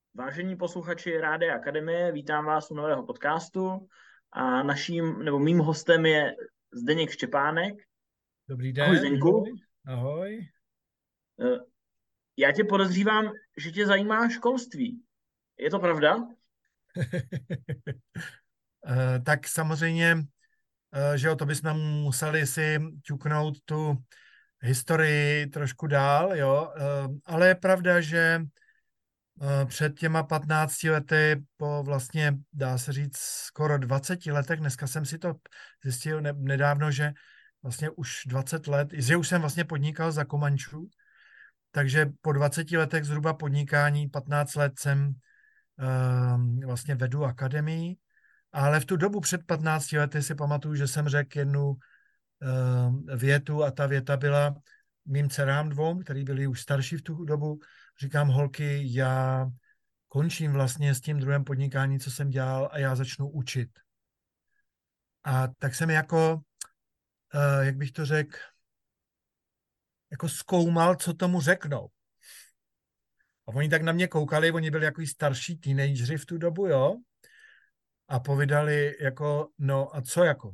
Vážení posluchači Rádia Akademie, vítám vás u nového podcastu a naším nebo mým hostem je Zdeněk Štěpánek. Dobrý Ahoj den, Zdeňku. ahoj. Eh, Já tě podezřívám, že tě zajímá školství. Je to pravda? Tak samozřejmě, že jo, to bychom museli si ťuknout tu historii trošku dál, jo, ale je pravda, že před těma 15 lety, po vlastně, dá se říct, skoro 20 letech, dneska jsem si to zjistil nedávno, že vlastně už 20 let, že už jsem vlastně podnikal za Komančů, takže po 20 letech zhruba podnikání, 15 let jsem vlastně vedu akademii, ale v tu dobu před 15 lety si pamatuju, že jsem řekl jednu větu a ta věta byla mým dcerám dvou, který byli už starší v tu dobu, říkám, holky, já končím vlastně s tím druhém podnikání, co jsem dělal a já začnu učit. A tak jsem jako, jak bych to řekl, jako zkoumal, co tomu řeknou. A oni tak na mě koukali, oni byli jako starší teenageři v tu dobu, jo, a povídali jako, no a co jako?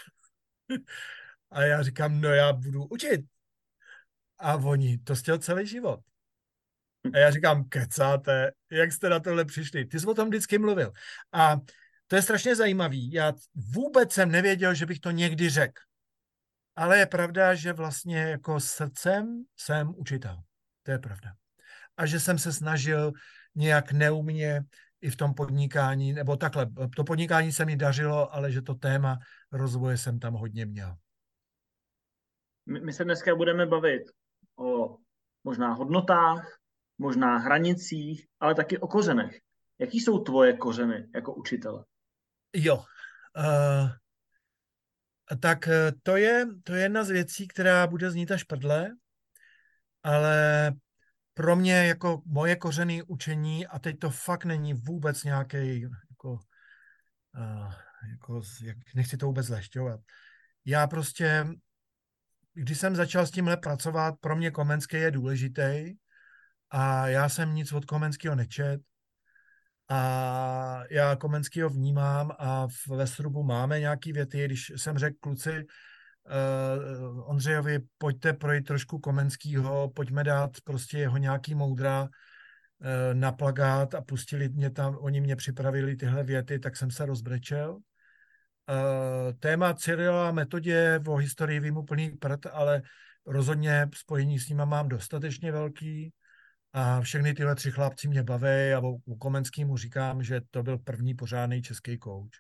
A já říkám, no já budu učit. A oni, to chtěl celý život. A já říkám, kecáte, jak jste na tohle přišli? Ty jsi o tom vždycky mluvil. A to je strašně zajímavý. Já vůbec jsem nevěděl, že bych to někdy řekl. Ale je pravda, že vlastně jako srdcem jsem učitel. To je pravda. A že jsem se snažil nějak neumně i v tom podnikání, nebo takhle, to podnikání se mi dařilo, ale že to téma rozvoje jsem tam hodně měl. My se dneska budeme bavit o možná hodnotách, možná hranicích, ale taky o kořenech. Jaký jsou tvoje kořeny jako učitele? Jo, tak to je jedna z věcí, která bude znít až prdle, ale pro mě jako moje kořeny učení, a teď to fakt není vůbec nějaký, jak, nechci to vůbec lehťovat. Já prostě, když jsem začal s tímhle pracovat, pro mě Komenský je důležitý a já jsem nic od Komenského nečet a já Komenského vnímám a ve Srubu máme nějaký věty, když jsem řekl kluci, Ondřejovi, pojďte projít trošku Komenskýho, pojďme dát prostě jeho nějaký moudra na plakát a pustili mě tam, oni mě připravili tyhle věty, tak jsem se rozbrečel. Téma Cyrila a Metodě o historii vím úplný prd, ale rozhodně spojení s nima mám dostatečně velký a všechny tyhle tři chlapci mě baví a o Komenskýmu říkám, že to byl první pořádný český kouč.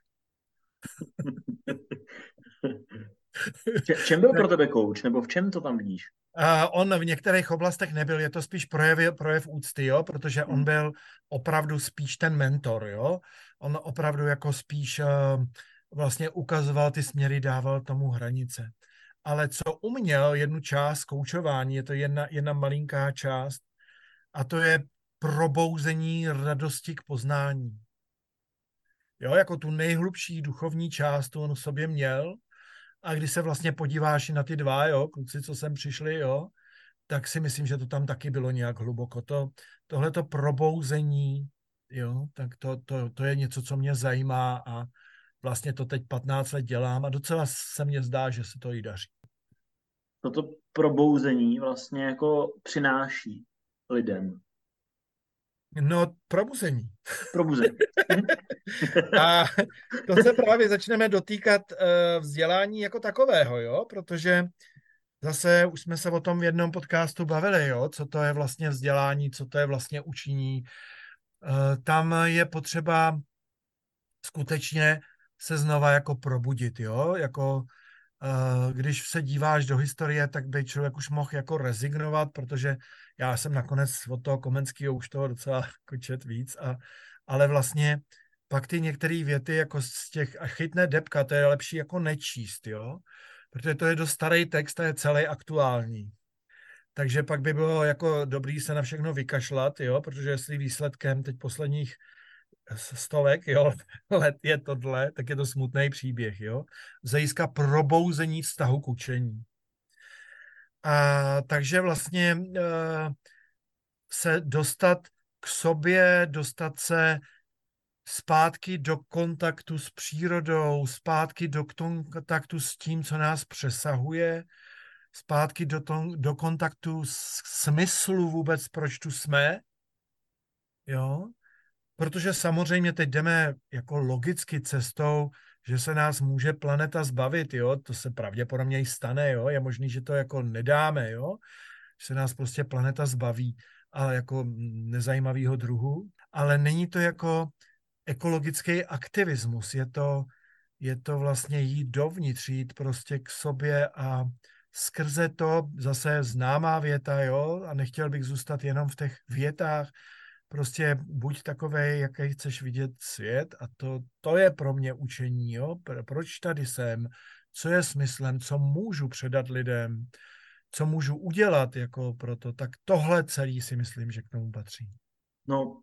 V čem byl pro tebe kouč, nebo v čem to tam vidíš? On v některých oblastech nebyl, je to spíš projev úcty, jo, protože on byl opravdu spíš ten mentor, jo. On opravdu jako spíš vlastně ukazoval ty směry, dával tomu hranice. Ale co uměl jednu část koučování, je to jedna malinká část, a to je probouzení radosti k poznání. Jo, jako tu nejhlubší duchovní část, tu on v sobě měl, a když se vlastně podíváš na ty dva, jo, kluci, co sem přišli, jo, tak si myslím, že to tam taky bylo nějak hluboko. Tohleto probouzení, jo, tak to je něco, co mě zajímá a vlastně to teď 15 let dělám a docela se mně zdá, že se to i daří. Toto probouzení vlastně jako přináší lidem. No, probuzení. Probuzení. A to se právě začneme dotýkat vzdělání jako takového, jo, protože zase už jsme se o tom v jednom podcastu bavili, jo, co to je vlastně vzdělání, co to je vlastně učení. Tam je potřeba skutečně se znova jako probudit, jo, jako když se díváš do historie, tak by člověk už mohl jako rezignovat, protože já jsem nakonec od toho Komenského už toho docela jako čet víc, ale vlastně pak ty některé věty jako z těch a chytne depka, to je lepší jako nečíst, jo, protože to je dost starý text a je celý aktuální. Takže pak by bylo jako dobrý se na všechno vykašlat, jo, protože jestli výsledkem teď posledních stovek, jo, let je tohle, tak je to smutný příběh, jo. Z hlediska probouzení vztahu k učení. A takže vlastně se dostat k sobě, dostat se zpátky do kontaktu s přírodou, zpátky do kontaktu s tím, co nás přesahuje, zpátky do kontaktu s smyslu vůbec, proč tu jsme, jo? Protože samozřejmě teď jdeme jako logicky cestou, že se nás může planeta zbavit, jo? To se pravděpodobně i stane, jo? Je možný, že to jako nedáme, jo? Že se nás prostě planeta zbaví, ale jako nezajímavého druhu, ale není to jako ekologický aktivismus, je to vlastně jít dovnitř, jít prostě k sobě a skrze to zase známá věta, jo, a nechtěl bych zůstat jenom v těch větách, prostě buď takovej, jaký chceš vidět svět a to je pro mě učení, jo, proč tady jsem, co je smyslem, co můžu předat lidem, co můžu udělat jako proto, tak tohle celý si myslím, že k tomu patří. No,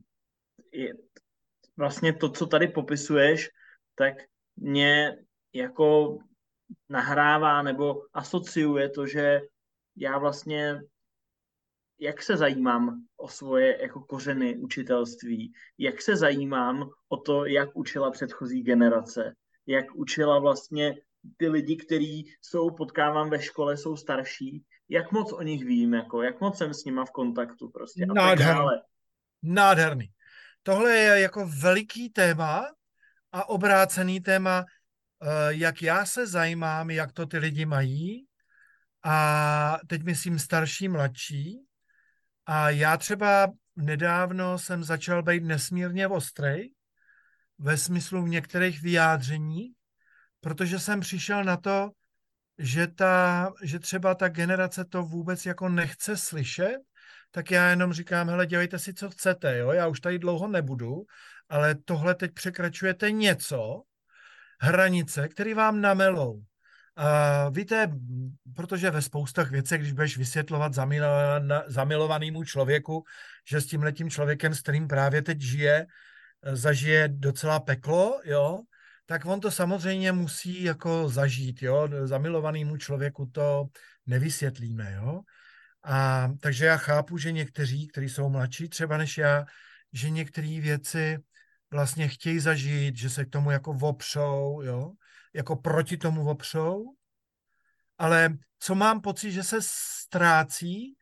vlastně to, co tady popisuješ, tak mě jako nahrává nebo asociuje to, že já vlastně, jak se zajímám o svoje jako kořeny učitelství, jak se zajímám o to, jak učila předchozí generace, jak učila vlastně ty lidi, kteří potkávám ve škole, jsou starší, jak moc o nich vím, jako, jak moc jsem s nima v kontaktu prostě a tak dále. Nádherný. Tohle je jako veliký téma a obrácený téma, jak já se zajímám, jak to ty lidi mají. A teď myslím starší, mladší. A já třeba nedávno jsem začal být nesmírně ostrej ve smyslu v některých vyjádření, protože jsem přišel na to, že třeba ta generace to vůbec jako nechce slyšet, tak já jenom říkám, hele, dělejte si, co chcete, jo? Já už tady dlouho nebudu, ale tohle teď překračujete něco, hranice, které vám namelou. Víte, protože ve spoustách věcí, když budeš vysvětlovat zamilovanému člověku, že s tímhletím člověkem, s kterým právě teď žije, zažije docela peklo, jo, tak on to samozřejmě musí jako zažít, jo. Zamilovanému člověku to nevysvětlíme, jo. A takže já chápu, že někteří, kteří jsou mladší třeba než já, že některé věci vlastně chtějí zažít, že se k tomu jako opřou, jo, jako proti tomu opřou, ale co mám pocit, že se ztrácí,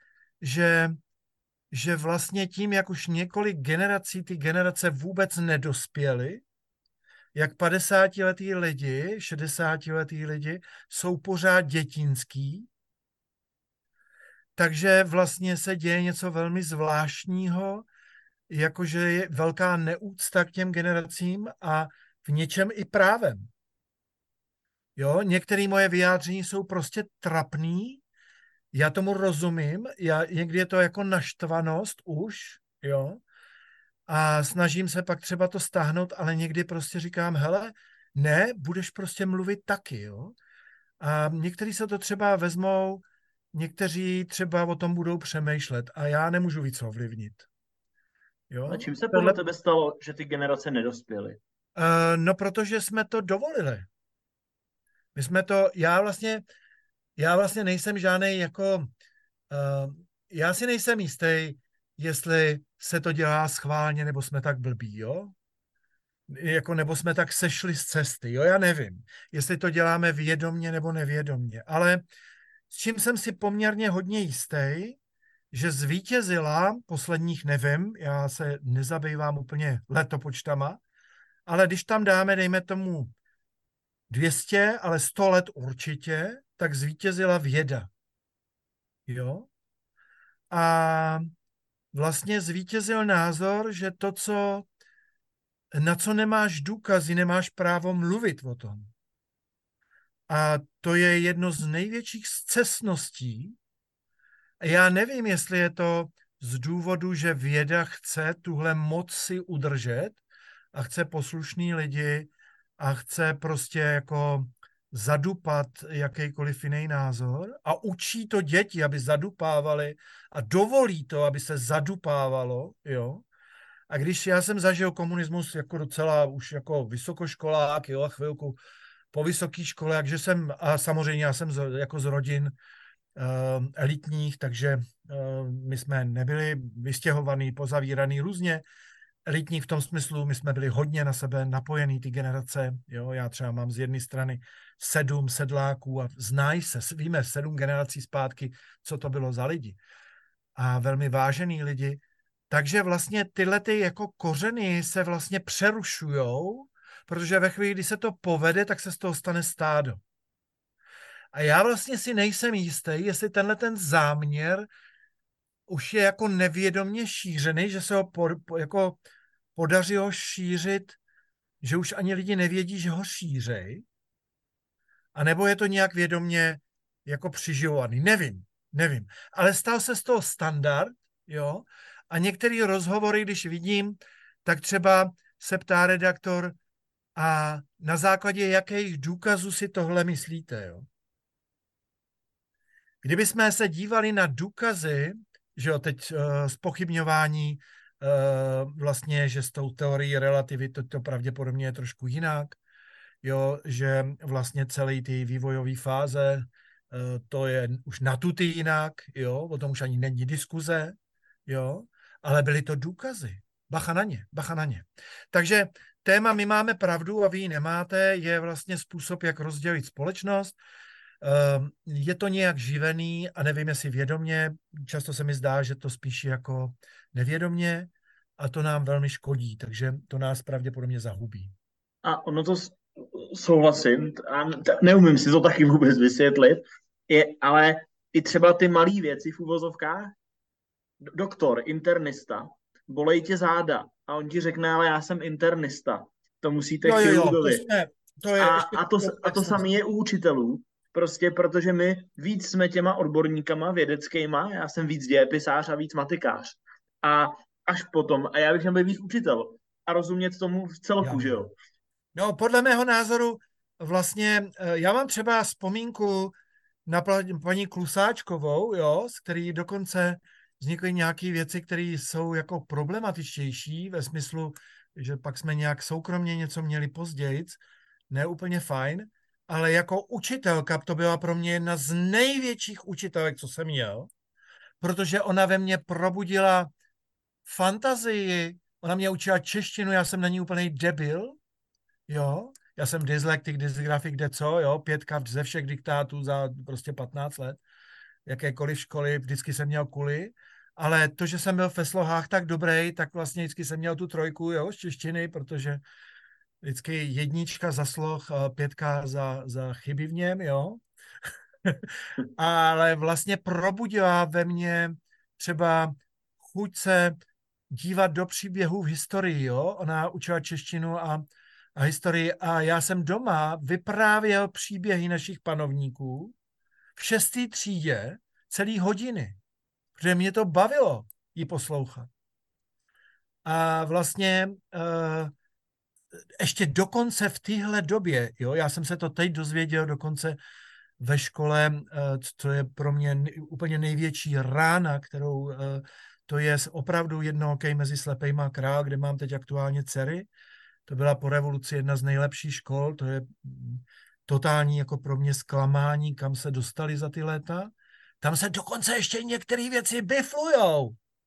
že vlastně tím, jak už několik generací ty generace vůbec nedospěly, jak 50letý lidi, 60letý lidi jsou pořád dětinský, takže vlastně se děje něco velmi zvláštního, jakože je velká neúcta k těm generacím a v něčem i právem. Jo, některé moje vyjádření jsou prostě trapný, já tomu rozumím, někdy je to jako naštvanost už, jo, a snažím se pak třeba to stáhnout, ale někdy prostě říkám, hele, ne, budeš prostě mluvit taky, jo. A někteří se to třeba vezmou, někteří třeba o tom budou přemýšlet a já nemůžu víc ovlivnit. Jo? A čím se podle tebe stalo, že ty generace nedospěly? No, protože jsme to dovolili. My jsme to, já vlastně nejsem žádnej jako, já si nejsem jistý, jestli se to dělá schválně, nebo jsme tak blbí, jo? Jako, nebo jsme tak sešli z cesty, jo? Já nevím, jestli to děláme vědomně nebo nevědomně, ale s čím jsem si poměrně hodně jistý, že zvítězila posledních, nevím, já se nezabývám úplně letopočtama, ale když tam dáme, dejme tomu 200, ale 100 let určitě, tak zvítězila věda. Jo? A vlastně zvítězil názor, že to, na co nemáš důkazy, nemáš právo mluvit o tom. A to je jedno z největších scestností. Já nevím, jestli je to z důvodu, že věda chce tuhle moc si udržet a chce poslušný lidi a chce prostě jako zadupat jakýkoliv jiný názor a učí to děti, aby zadupávali a dovolí to, aby se zadupávalo, jo. A když já jsem zažil komunismus jako docela už jako vysokoškolák, jo, a chvilku po vysoké škole, takže a samozřejmě já jsem jako z rodin, elitních, takže my jsme nebyli vystěhovaní, pozavíraný různě. Elitní v tom smyslu, my jsme byli hodně na sebe napojený, ty generace. Jo? Já třeba mám z jedné strany 7 sedláků a znají se, víme 7 generací zpátky, co to bylo za lidi. A velmi vážený lidi. Takže vlastně tyhle ty jako kořeny se vlastně přerušujou, protože ve chvíli, kdy se to povede, tak se z toho stane stádo. A já vlastně si nejsem jistý, jestli tenhle ten záměr už je jako nevědomně šířený, že se ho jako podařilo šířit, že už ani lidi nevědí, že ho šířej, anebo je to nějak vědomně jako přiživovaný. Nevím. Ale stal se z toho standard, jo, a některé rozhovory, když vidím, tak třeba se ptá redaktor, a na základě jakých důkazů si tohle myslíte, jo? Kdybychom se dívali na důkazy, že jo, teď zpochybňování vlastně, že s tou teorií relativity to pravděpodobně je trošku jinak, jo, že vlastně celé ty vývojové fáze, to je už natutý jinak, jo, o tom už ani není diskuze, jo, ale byly to důkazy. Bacha na ně. Takže téma my máme pravdu a vy ji nemáte je vlastně způsob, jak rozdělit společnost. Je to nějak živený a nevím, jestli vědomně, často se mi zdá, že to spíš jako nevědomně a to nám velmi škodí, takže to nás pravděpodobně zahubí. A ono to souhlasím, a neumím si to taky vůbec vysvětlit, ale i třeba ty malé věci v uvozovkách, doktor, internista, bolej tě záda a on ti řekne, ale já jsem internista, to musíte chirurgovi. A to samé je u učitelů, prostě protože my víc jsme těma odborníkama vědeckýma, já jsem víc dějepisář a víc matikář. A až potom, a já bych měl být víc učitel a rozumět tomu v celku, že jo? No, podle mého názoru vlastně, já mám třeba vzpomínku na paní Klusáčkovou, jo, z který dokonce vznikly nějaké věci, které jsou jako problematičtější ve smyslu, že pak jsme nějak soukromně něco měli později, ne úplně fajn, ale jako učitelka to byla pro mě jedna z největších učitelek, co jsem měl, protože ona ve mně probudila fantazii, ona mě učila češtinu, já jsem na ní úplný debil, jo, já jsem dyslektik, dysgrafik, kde co, jo, 5 ze všech diktátů za prostě 15 let, jakékoliv školy, vždycky jsem měl kuly, ale to, že jsem byl ve slohách tak dobrý, tak vlastně vždycky jsem měl tu 3, jo, z češtiny, protože vždycky 1 za sloh, 5 za chyby v něm, jo. Ale vlastně probudila ve mně třeba chuť se dívat do příběhů v historii, jo. Ona učila češtinu a historii a já jsem doma vyprávěl příběhy našich panovníků v 6. třídě celý hodiny, protože mě to bavilo ji poslouchat. A vlastně ještě dokonce v téhle době, jo, já jsem se to teď dozvěděl dokonce ve škole, co je pro mě úplně největší rána, kterou to je opravdu jednohokej mezi slepejma a král, kde mám teď aktuálně dcery. To byla po revoluci jedna z nejlepších škol, to je totální jako pro mě zklamání, kam se dostali za ty léta. Tam se dokonce ještě některé věci biflujou.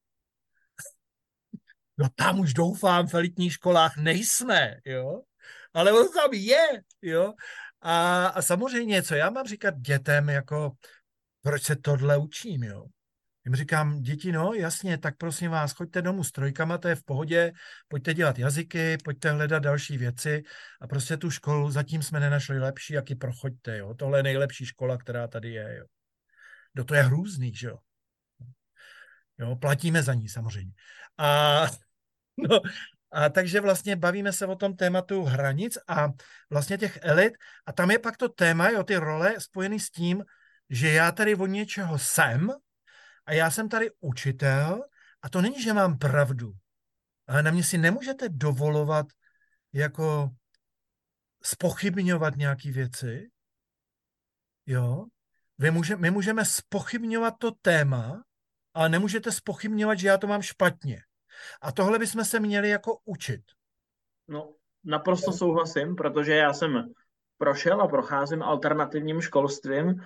No tam už doufám, v elitních školách nejsme, jo, ale on tam je, jo. A samozřejmě, co já mám říkat dětem, jako proč se tohle učím, jo. Jim říkám, děti, no jasně, tak prosím vás, choďte domů s 3, to je v pohodě, pojďte dělat jazyky, pojďte hledat další věci a prostě tu školu zatím jsme nenašli lepší, jak ji prochoďte, jo. Tohle je nejlepší škola, která tady je, jo. No to je hrůzný, že jo. Jo, platíme za ní samozřejmě. No, a takže vlastně bavíme se o tom tématu hranic a vlastně těch elit a tam je pak to téma, jo, ty role spojený s tím, že já tady od něčeho jsem a já jsem tady učitel a to není, že mám pravdu, ale na mě si nemůžete dovolovat jako zpochybňovat nějaké věci, jo. My můžeme zpochybňovat to téma, ale nemůžete zpochybňovat, že já to mám špatně. A tohle bychom se měli jako učit. No, naprosto souhlasím, protože já jsem prošel a procházím alternativním školstvím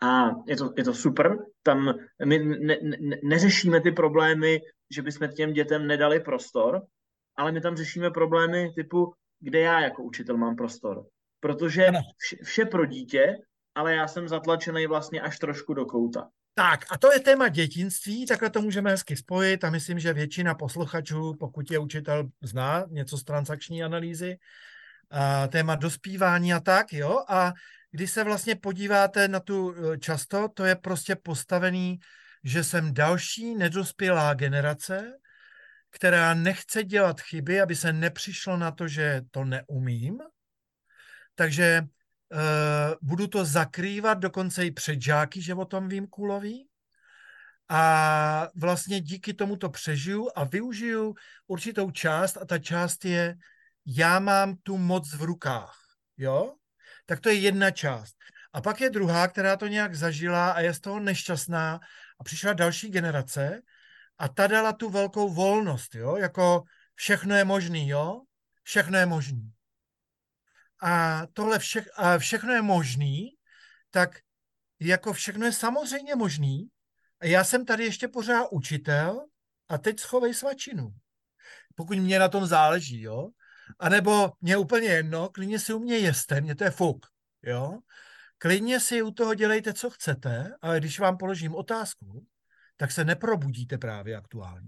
A je to super. Tam my neřešíme ty problémy, že bychom těm dětem nedali prostor, ale my tam řešíme problémy typu, kde já jako učitel mám prostor. Protože Ano. vše pro dítě, ale já jsem zatlačený vlastně až trošku do kouta. Tak a to je téma dětinství, takhle to můžeme hezky spojit a myslím, že většina posluchačů, pokud je učitel, zná něco z transakční analýzy, a téma dospívání a tak, jo, a když se vlastně podíváte na tu často, to je prostě postavený, že jsem další nedospělá generace, která nechce dělat chyby, aby se nepřišlo na to, že to neumím, takže budu to zakrývat dokonce i před žáky, že o tom vím kulový. A vlastně díky tomu to přežiju a využiju určitou část a ta část je, já mám tu moc v rukách, jo? Tak to je jedna část. A pak je druhá, která to nějak zažila a je z toho nešťastná a přišla další generace a ta dala tu velkou volnost, jo? Jako všechno je možný, jo? Všechno je možný. A tohle všechno je možný, tak jako všechno je samozřejmě možný, a já jsem tady ještě pořád učitel a teď schovej svačinu. Pokud mě na tom záleží, jo. A nebo mě úplně jedno, klidně si u mě jeste, mě to je fuk, jo. Klidně si u toho dělejte, co chcete, ale když vám položím otázku, tak se neprobudíte právě aktuálně.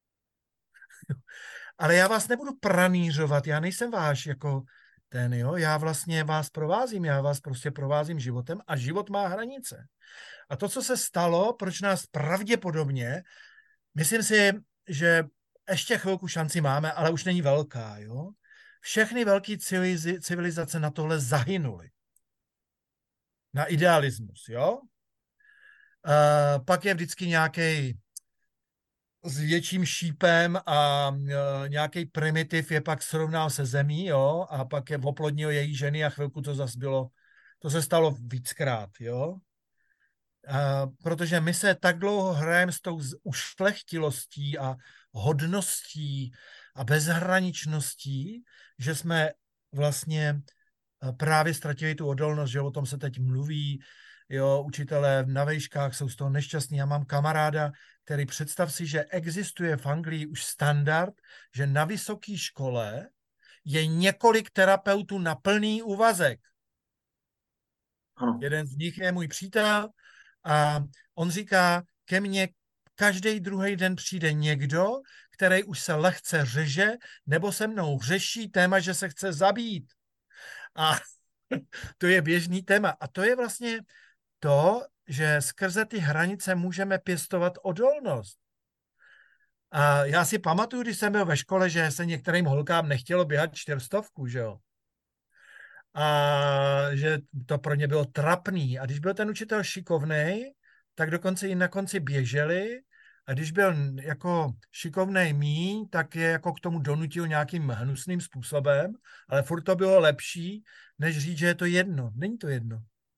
Ale já vás nebudu pranířovat, já nejsem váš jako ten, jo. Já vlastně vás provázím, já vás prostě provázím životem a život má hranice. A to, co se stalo, proč nás pravděpodobně, myslím si, že ještě chvilku šanci máme, ale už není velká, jo? Všechny velké civilizace na tohle zahynuly. Na idealismus, jo? Pak je vždycky nějaký s větším šípem a nějaký primitiv je pak srovnal se zemí, jo? A pak je oplodnil její ženy a chvilku to zase bylo, to se stalo víckrát, jo? Protože my se tak dlouho hrajeme s tou ušlechtilostí a hodností a bezhraničností, že jsme vlastně právě ztratili tu odolnost, že o tom se teď mluví, jo, učitelé na vejškách jsou z toho nešťastní. Já mám kamaráda, který představ si, že existuje v Anglii už standard, že na vysoké škole je několik terapeutů na plný úvazek. Ano. Jeden z nich je můj přítel, a on říká, ke mně každý druhý den přijde někdo, který už se lehce řeže, nebo se mnou řeší téma, že se chce zabít. A to je běžný téma. A to je vlastně to, že skrze ty hranice můžeme pěstovat odolnost. A já si pamatuju, když jsem byl ve škole, že se některým holkám nechtělo běhat 400, že jo. A že to pro ně bylo trapný. A když byl ten učitel šikovnej, tak dokonce i na konci běželi, a když byl jako šikovnej míň, tak je jako k tomu donutil nějakým hnusným způsobem, ale furt to bylo lepší, než říct, že je to jedno. Není to jedno.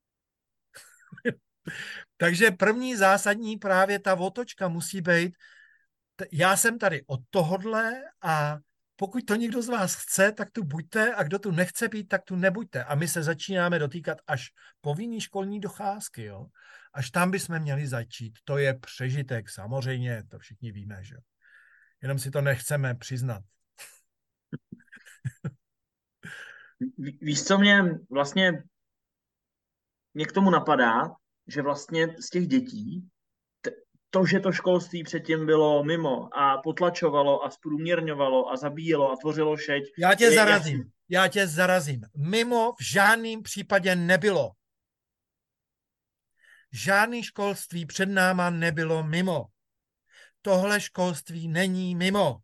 Takže první zásadní právě ta otočka musí být, já jsem tady od tohodle a pokud to někdo z vás chce, tak tu buďte a kdo tu nechce být, tak tu nebuďte. A my se začínáme dotýkat až povinný školní docházky, jo. Až tam bychom měli začít. To je přežitek, samozřejmě, to všichni víme, že jenom si to nechceme přiznat. Víš, co mě k tomu napadá, že vlastně z těch dětí to, že to školství předtím bylo mimo a potlačovalo a zprůměrňovalo a zabíjelo a tvořilo šeť. Já tě zarazím. Mimo v žádném případě nebylo. Žádný školství před náma nebylo mimo. Tohle školství není mimo.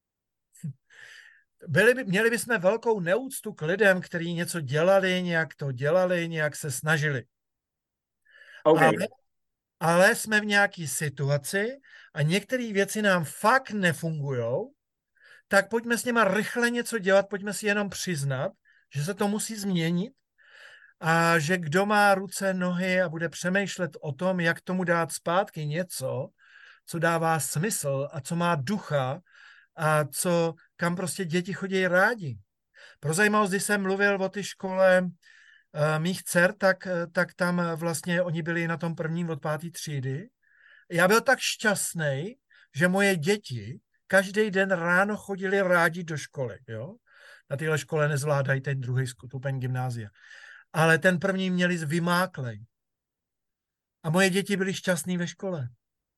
Měli bychom velkou neúctu k lidem, kteří něco dělali, nějak se snažili. Okay. Ale jsme v nějaké situaci a některé věci nám fakt nefungujou, tak pojďme s něma rychle něco dělat, pojďme si jenom přiznat, že se to musí změnit a že kdo má ruce, nohy a bude přemýšlet o tom, jak tomu dát zpátky něco, co dává smysl a co má ducha a kam prostě děti chodí rádi. Pro zajímavost, když jsem mluvil o té škole mých dcer, tak tam vlastně oni byli na tom prvním od 5. třídy. Já byl tak šťastný, že moje děti každý den ráno chodili rádi do školy. Jo? Na téhle škole nezvládají ten druhý stupeň gymnázia. Ale ten první měli vymáklej. A moje děti byly šťastný ve škole.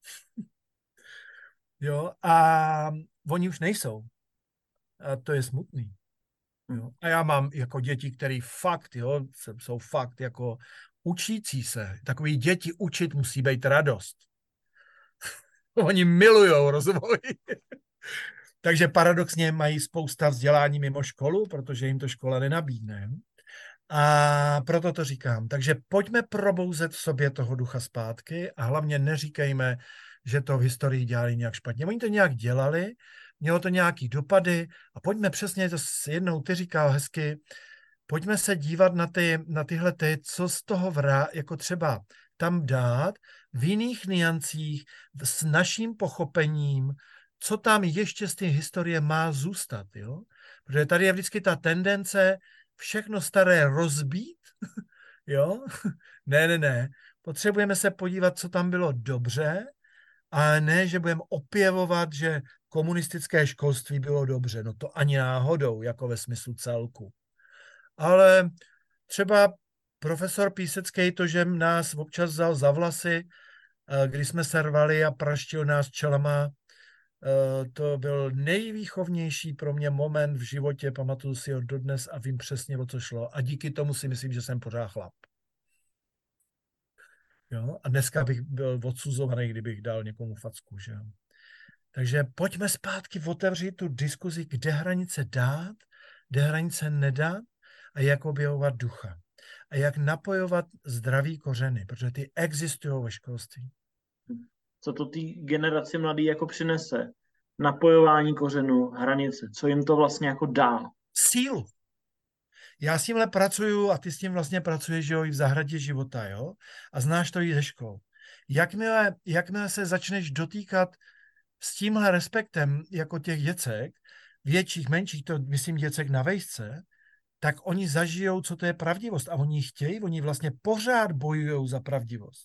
Jo? A oni už nejsou. A to je smutný. Jo? A já mám jako děti, které fakt, jo, jsou fakt jako učící se. Takový děti učit musí být radost. Oni milujou rozvoj. Takže paradoxně mají spousta vzdělání mimo školu, protože jim to škola nenabídne. A proto to říkám. Takže pojďme probouzet v sobě toho ducha zpátky a hlavně neříkejme, že to v historii dělali nějak špatně. Oni to nějak dělali, mělo to nějaký dopady a pojďme přesně, to jednou ty říkal hezky, pojďme se dívat na tyhle co z toho jako třeba tam dát v jiných niancích, s naším pochopením, co tam ještě z té historie má zůstat. Jo? Protože tady je vždycky ta tendence všechno staré rozbít. Jo? Ne. Potřebujeme se podívat, co tam bylo dobře, a ne, že budeme opěvovat, že komunistické školství bylo dobře. No to ani náhodou, jako ve smyslu celku. Ale třeba profesor Písecký to, že nás občas vzal za vlasy, když jsme se rvali a praštil nás čelama, to byl nejvýchovnější pro mě moment v životě, pamatuju si ho dodnes a vím přesně, o co šlo. A díky tomu si myslím, že jsem pořád chlap. Jo? A dneska bych byl odsuzovaný, kdybych dal někomu facku. Že? Takže pojďme zpátky otevřít tu diskuzi, kde hranice dát, kde hranice nedat a jak objevovat ducha. A jak napojovat zdravý kořeny, protože ty existují ve školství. Co to té generaci mladý jako přinese? Napojování kořenů, hranice. Co jim to vlastně jako dá? Sílu. Já s tímhle pracuju a ty s tím vlastně pracuješ, že jo, i v zahradě života, jo? A znáš to i ze škol. Jakmile se začneš dotýkat s tímhle respektem jako těch děcek, větších, menších, to myslím děcek na vejšce, tak oni zažijou, co to je pravdivost. A oni chtějí, oni vlastně pořád bojují za pravdivost.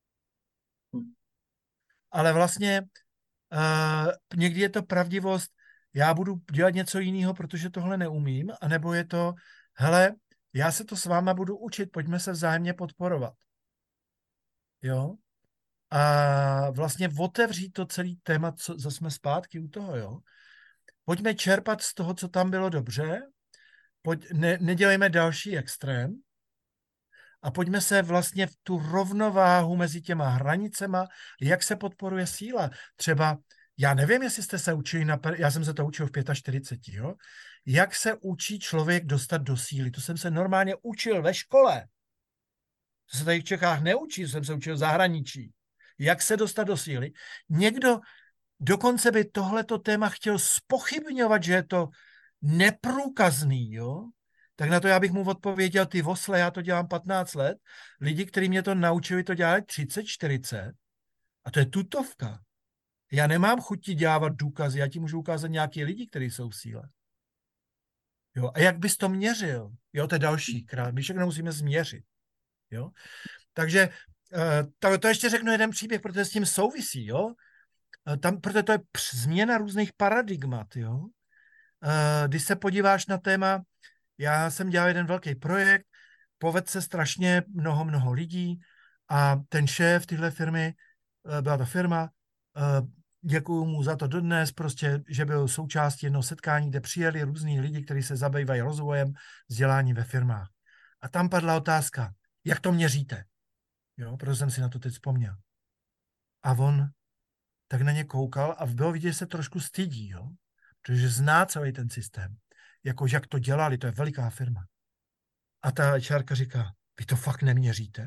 Ale vlastně někdy je to pravdivost, já budu dělat něco jiného, protože tohle neumím, anebo je to, hele, já se to s váma budu učit, pojďme se vzájemně podporovat. Jo? A vlastně otevřít to celý téma, co jsme zpátky u toho, jo? Pojďme čerpat z toho, co tam bylo dobře, nedělejme další extrém a pojďme se vlastně v tu rovnováhu mezi těma hranicema, jak se podporuje síla. Třeba, já nevím, jestli jste se učili, já jsem se to učil v 45, jo? Jak se učí člověk dostat do síly. To jsem se normálně učil ve škole. To se tady v Čechách neučí, to jsem se učil v zahraničí. Jak se dostat do síly. Někdo dokonce by tohleto téma chtěl zpochybňovat, že je to neprůkazný, jo? Tak na to já bych mu odpověděl, ty vosle, já to dělám 15 let, lidi, kteří mě to naučili, to dělali 30, 40 a to je tutovka. Já nemám chuť ti dělat důkazy, já ti můžu ukázat nějaký lidi, kteří jsou v síle. Jo? A jak bys to měřil? Jo, to je další krát. My všechno musíme změřit. Jo? Takže to ještě řeknu jeden příběh, protože s tím souvisí, jo? Protože to je změna různých paradigmat, jo? Když se podíváš na téma, já jsem dělal jeden velký projekt, povedl se strašně mnoho lidí a ten šéf téhle firmy, byla to firma, děkuju mu za to dodnes, prostě, že byl součástí jednoho setkání, kde přijeli různí lidi, kteří se zabývají rozvojem vzdělání ve firmách. A tam padla otázka, jak to měříte? Jo, protože jsem si na to teď vzpomněl. A on tak na ně koukal a bylo vidět, že se trošku stydí, jo? Protože zná celý ten systém. Jako jak to dělali, to je veliká firma. A ta HRka říká, vy to fakt neměříte?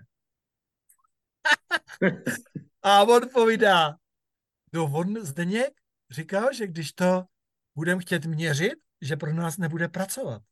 A on povídá, no on Zdeněk říkal, že když to budeme chtět měřit, že pro nás nebude pracovat.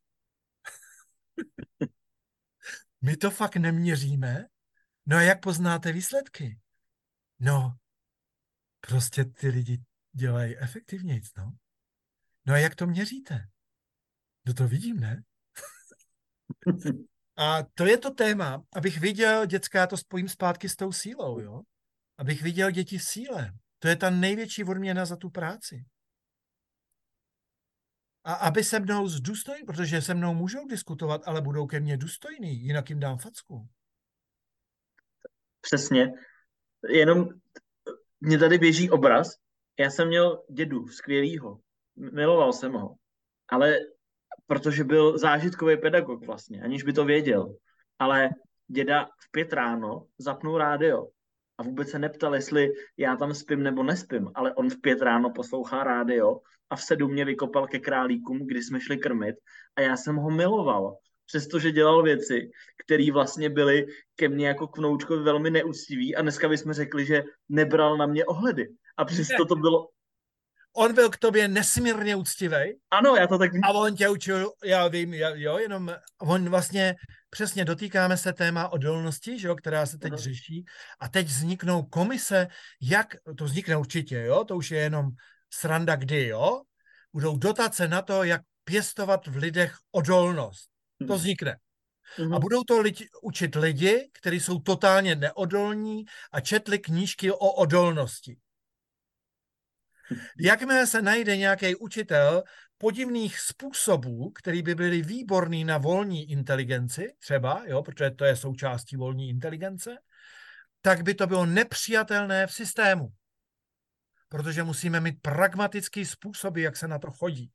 My to fakt neměříme. No a jak poznáte výsledky? No, prostě ty lidi dělají efektivněji, no. No a jak to měříte? No to vidím, ne? A to je to téma, abych viděl, děcka, já to spojím zpátky s tou sílou, jo? Abych viděl děti v síle. To je ta největší odměna za tu práci. A aby se mnou důstojní, protože se mnou můžou diskutovat, ale budou ke mně důstojný, jinak jim dám facku. Přesně. Jenom mě tady běží obraz. Já jsem měl dědu skvělýho. Miloval jsem ho. Ale protože byl zážitkový pedagog vlastně, aniž by to věděl. Ale děda v 5 ráno zapnul rádio a vůbec se neptal, jestli já tam spím nebo nespím, ale on v 5 ráno poslouchá rádio a v 7 mě vykopal ke králíkům, kdy jsme šli krmit a já jsem ho miloval, přestože dělal věci, které vlastně byly ke mně jako k vnoučkovi velmi neúctivý a dneska bychom řekli, že nebral na mě ohledy. A přesto to bylo... On byl k tobě nesmírně úctivý. Ano, já to tak... A on tě učil, já vím, jo, jenom on vlastně přesně dotýkáme se téma odolnosti, že jo, která se teď řeší a teď vzniknou komise, jak, to vznikne určitě, jo, to už je jenom sranda kdy, jo, budou dotace na to, jak pěstovat v lidech odolnost. To vznikne. A budou to učit lidi, kteří jsou totálně neodolní a četli knížky o odolnosti. Jakmile se najde nějaký učitel podivných způsobů, který by byly výborný na volní inteligenci, třeba, jo, protože to je součástí volní inteligence, tak by to bylo nepřijatelné v systému. Protože musíme mít pragmatický způsoby, jak se na to chodí.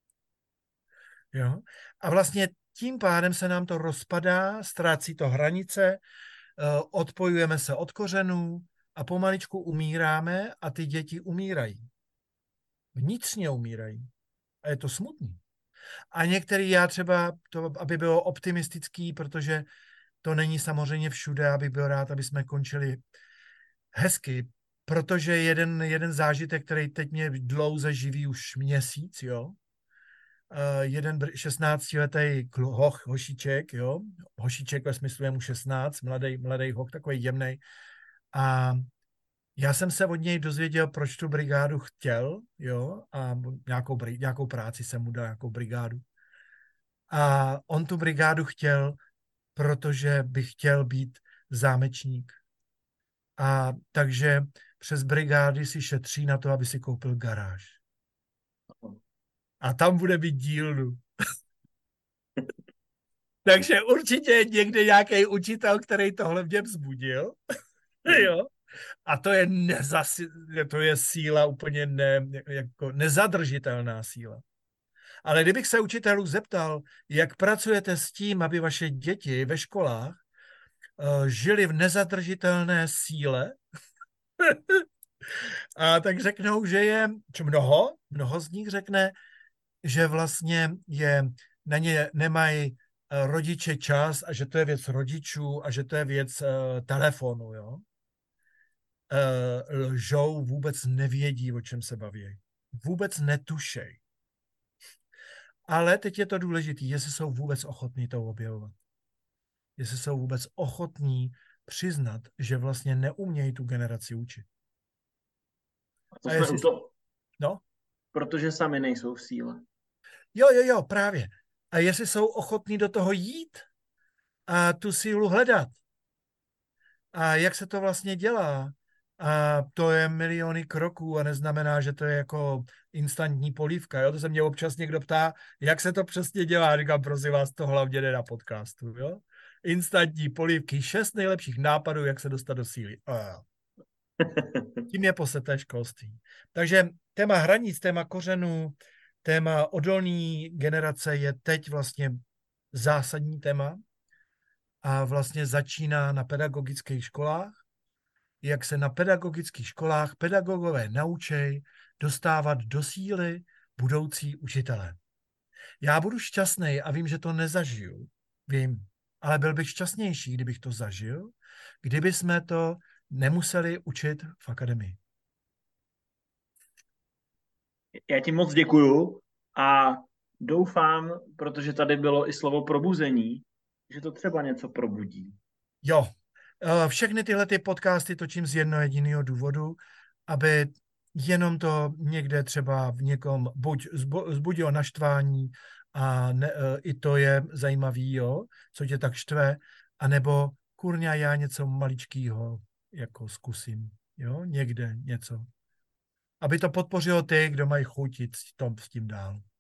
Jo? A vlastně tím pádem se nám to rozpadá, ztrácí to hranice, odpojujeme se od kořenů a pomaličku umíráme a ty děti umírají. Vnitřně umírají. A je to smutný. A některý já třeba, to, aby bylo optimistický, protože to není samozřejmě všude, abych byl rád, aby jsme končili hezky, protože jeden zážitek, který teď mě dlouze živí už měsíc, jo, jeden 16letý hošíček, jo, hošíček ve smyslu je mu 16, mladý hoch, takový jemnej. A já jsem se od něj dozvěděl, proč tu brigádu chtěl, jo, a nějakou práci jsem mu dal, nějakou brigádu. A on tu brigádu chtěl, protože by chtěl být zámečník. A takže přes brigády si šetří na to, aby si koupil garáž. A tam bude být dílnu. Takže určitě je někde nějaký učitel, který tohle v něm vzbudil. Jo. A to je síla úplně jako nezadržitelná síla. Ale kdybych se učitelů zeptal, jak pracujete s tím, aby vaše děti ve školách žili v nezadržitelné síle, a tak řeknou, že je mnoho z nich řekne, že vlastně na ně nemají rodiče čas a že to je věc rodičů a že to je věc telefonu, jo. Lžou, vůbec nevědí, o čem se baví. Vůbec netušej. Ale teď je to důležité, jestli jsou vůbec ochotní to objevovat. Jestli jsou vůbec ochotní přiznat, že vlastně neumějí tu generaci učit. A jestli... No? Protože sami nejsou v síle. Jo, právě. A jestli jsou ochotní do toho jít a tu sílu hledat. A jak se to vlastně dělá? A to je miliony kroků a neznamená, že to je jako instantní polívka. Jo? To se mě občas někdo ptá, jak se to přesně dělá. Říkám, prosím vás, to hlavně jde na podcastu. Jo? Instantní polívky, 6 nejlepších nápadů, jak se dostat do síly. Tím je poseté školství. Takže téma hranic, téma kořenů, téma odolní generace je teď vlastně zásadní téma a vlastně začíná na pedagogických školách. Jak se na pedagogických školách pedagogové naučí dostávat do síly budoucí učitele. Já budu šťastný a vím, že to nezažiju. Vím, ale byl bych šťastnější, kdybych to zažil, kdyby jsme to nemuseli učit v akademii. Já ti moc děkuju a doufám, protože tady bylo i slovo probuzení, že to třeba něco probudí. Jo, všechny tyhle ty podcasty točím z jednoho jediného důvodu, aby jenom to někde třeba v někom buď zbudilo naštvání, a i to je zajímavý, jo, co tě tak štve, anebo kurňa, já něco maličkýho jako zkusím, jo, někde něco. Aby to podpořilo ty, kdo mají chuť jít s tím dál.